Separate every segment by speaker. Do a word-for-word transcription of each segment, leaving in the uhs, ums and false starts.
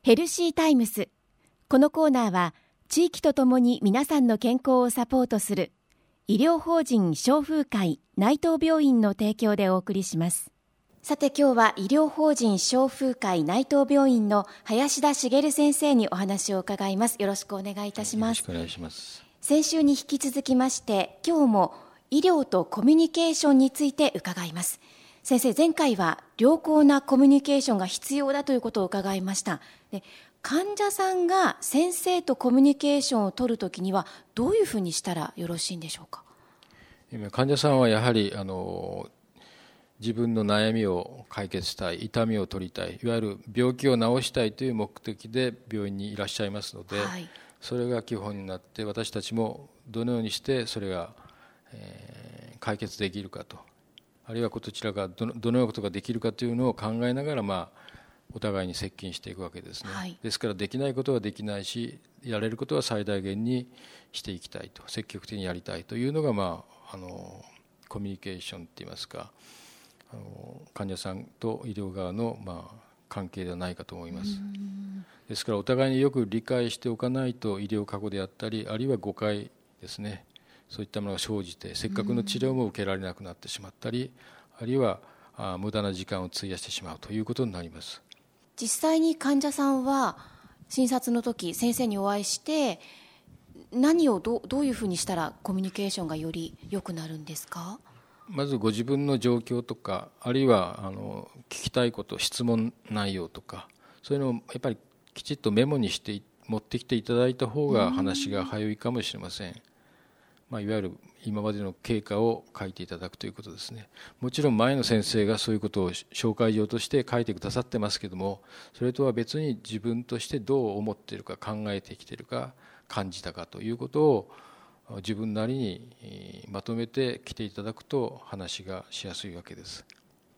Speaker 1: ヘルシータイムス。このコーナーは地域とともに皆さんの健康をサポートする医療法人消風会内藤病院の提供でお送りします。さて今日は医療法人消風会内藤病院の林田茂先生にお話を伺います。よろしくお願いいたします。
Speaker 2: よろしくお願いします。
Speaker 1: 先週に引き続きまして今日も医療とコミュニケーションについて伺います。先生、前回は良好なコミュニケーションが必要だということを伺いました。で、患者さんが先生とコミュニケーションを取るときにはどういうふうにしたらよろしいんでしょうか。
Speaker 2: 今患者さんはやはりあの自分の悩みを解決したい、痛みを取りたい、いわゆる病気を治したいという目的で病院にいらっしゃいますので、はい、それが基本になって私たちもどのようにしてそれが、えー、解決できるかと、あるいはこちらがどの、どのようなことができるかというのを考えながら、まあ、お互いに接近していくわけですね、はい、ですからできないことはできないし、やれることは最大限にしていきたいと、積極的にやりたいというのが、まあ、あのコミュニケーションといいますか、あの患者さんと医療側の、まあ、関係ではないかと思います。ですからお互いによく理解しておかないと医療過誤であったり、あるいは誤解ですね、そういったものが生じてせっかくの治療も受けられなくなってしまったり、あるいはあ無駄な時間を費やしてしまうということになります。
Speaker 1: 実際に患者さんは診察の時先生にお会いして何を ど, どういうふうにしたらコミュニケーションがより良くなるんですか。
Speaker 2: まずご自分の状況とか、あるいはあの聞きたいこと、質問内容とか、そういうのをやっぱりきちっとメモにして持ってきていただいた方が話が早いかもしれません。まあ、いわゆる今までの経過を書いていただくということですね。もちろん前の先生がそういうことを紹介状として書いてくださってますけども、それとは別に自分としてどう思っているか、考えてきているか、感じたかということを自分なりにまとめてきていただくと話がしやすいわけです。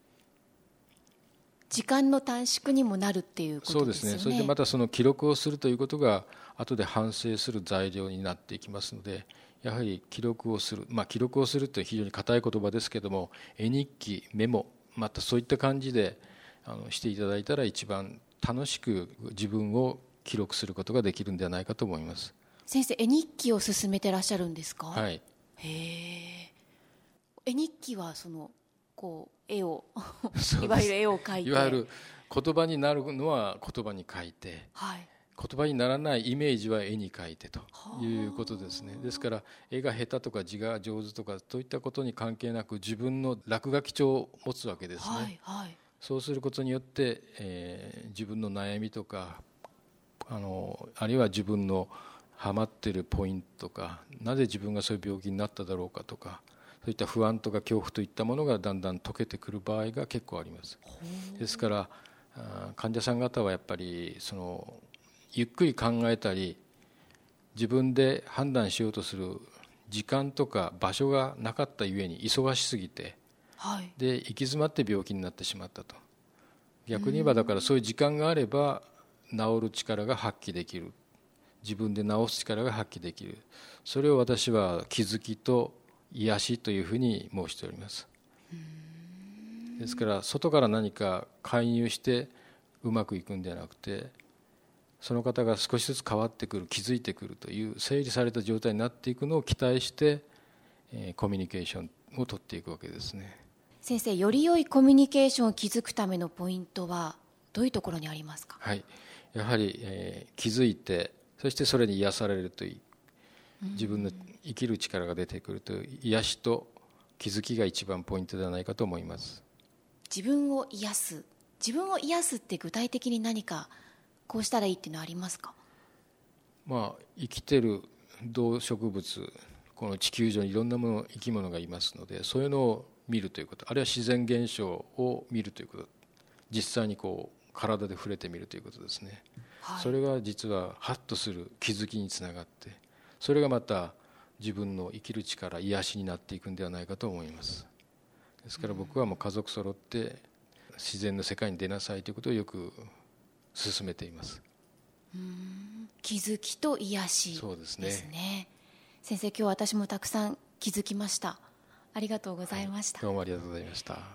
Speaker 1: 時間の短縮にもなるっていうことですよね。
Speaker 2: そうですね。それでまたその記録をするということが後で反省する材料になっていきますので、やはり記録をする、まあ、記録をするという非常に固い言葉ですけども、絵日記、メモ、またそういった感じであのしていただいたら一番楽しく自分を記録することができるんではないかと思います。
Speaker 1: 先生、絵日記を進めてらっしゃるんですか。
Speaker 2: はい。
Speaker 1: へえ。絵日記はそのこう絵をいわゆる絵を描いて、
Speaker 2: いわゆる言葉になるのは言葉に書いて、はい、言葉にならないイメージは絵に描いてということですね。ですから絵が下手とか字が上手とかそういったことに関係なく自分の落書き帳を持つわけですね、はいはい、そうすることによって、えー、自分の悩みとかあのあるいは自分のハマっているポイントとか、なぜ自分がそういう病気になっただろうかとか、そういった不安とか恐怖といったものがだんだん解けてくる場合が結構あります。ですから患者さん方はやっぱりそのゆっくり考えたり自分で判断しようとする時間とか場所がなかったゆえに忙しすぎて、はい、で行き詰まって病気になってしまったと。逆に言えばだからそういう時間があれば治る力が発揮できる、自分で治す力が発揮できる、それを私は気づきと癒しというふうに申しております。ですから外から何か介入してうまくいくんではなくて、その方が少しずつ変わってくる、気づいてくるという整理された状態になっていくのを期待して、えー、コミュニケーションを取っていくわけですね。
Speaker 1: 先生、より良いコミュニケーションを築くためのポイントはどういうところにありますか。
Speaker 2: はい、やはり、えー、気づいて、そしてそれに癒されるといい、自分の生きる力が出てくるという癒しと気づきが一番ポイントではないかと思います。
Speaker 1: 自分を癒す、自分を癒すって具体的に何かこうしたらいいっていうのはありますか。
Speaker 2: まあ、生きてる動植物、この地球上にいろんなもの生き物がいますので、そういうのを見るということ、あるいは自然現象を見るということ、実際にこう体で触れてみるということですね、はい、それが実はハッとする気づきにつながって、それがまた自分の生きる力、癒しになっていくんではないかと思います。ですから僕はもう家族揃って自然の世界に出なさいということをよく勧めています。
Speaker 1: うーん、気づきと癒しですね。そうですね。先生、今日私もたくさん気づきました。ありがとうございました。
Speaker 2: はい、どうもありがとうございました。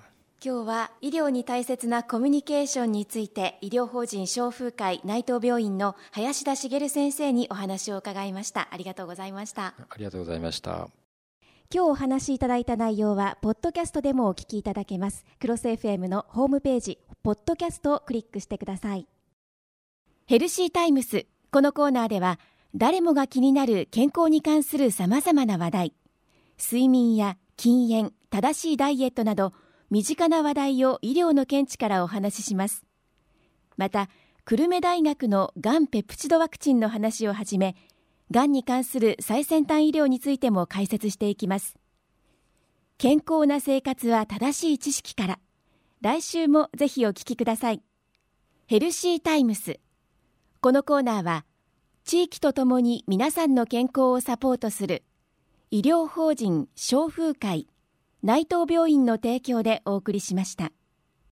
Speaker 1: 今日は医療に大切なコミュニケーションについて、医療法人消風会内藤病院の林田茂先生にお話を伺いました。ありがとうございました。
Speaker 2: ありがとうございました。
Speaker 1: 今日お話しいただいた内容はポッドキャストでもお聞きいただけます。クロス エフエム のホームページポッドキャストをクリックしてください。ヘルシータイムス、このコーナーでは誰もが気になる健康に関するさまざまな話題、睡眠や禁煙、正しいダイエットなど身近な話題を医療の見地からお話しします。また、久留米大学のがんペプチドワクチンの話をはじめ、がんに関する最先端医療についても解説していきます。健康な生活は正しい知識から。来週もぜひお聞きください。ヘルシータイムス。このコーナーは、地域とともに皆さんの健康をサポートする医療法人消風会内藤病院の提供でお送りしました。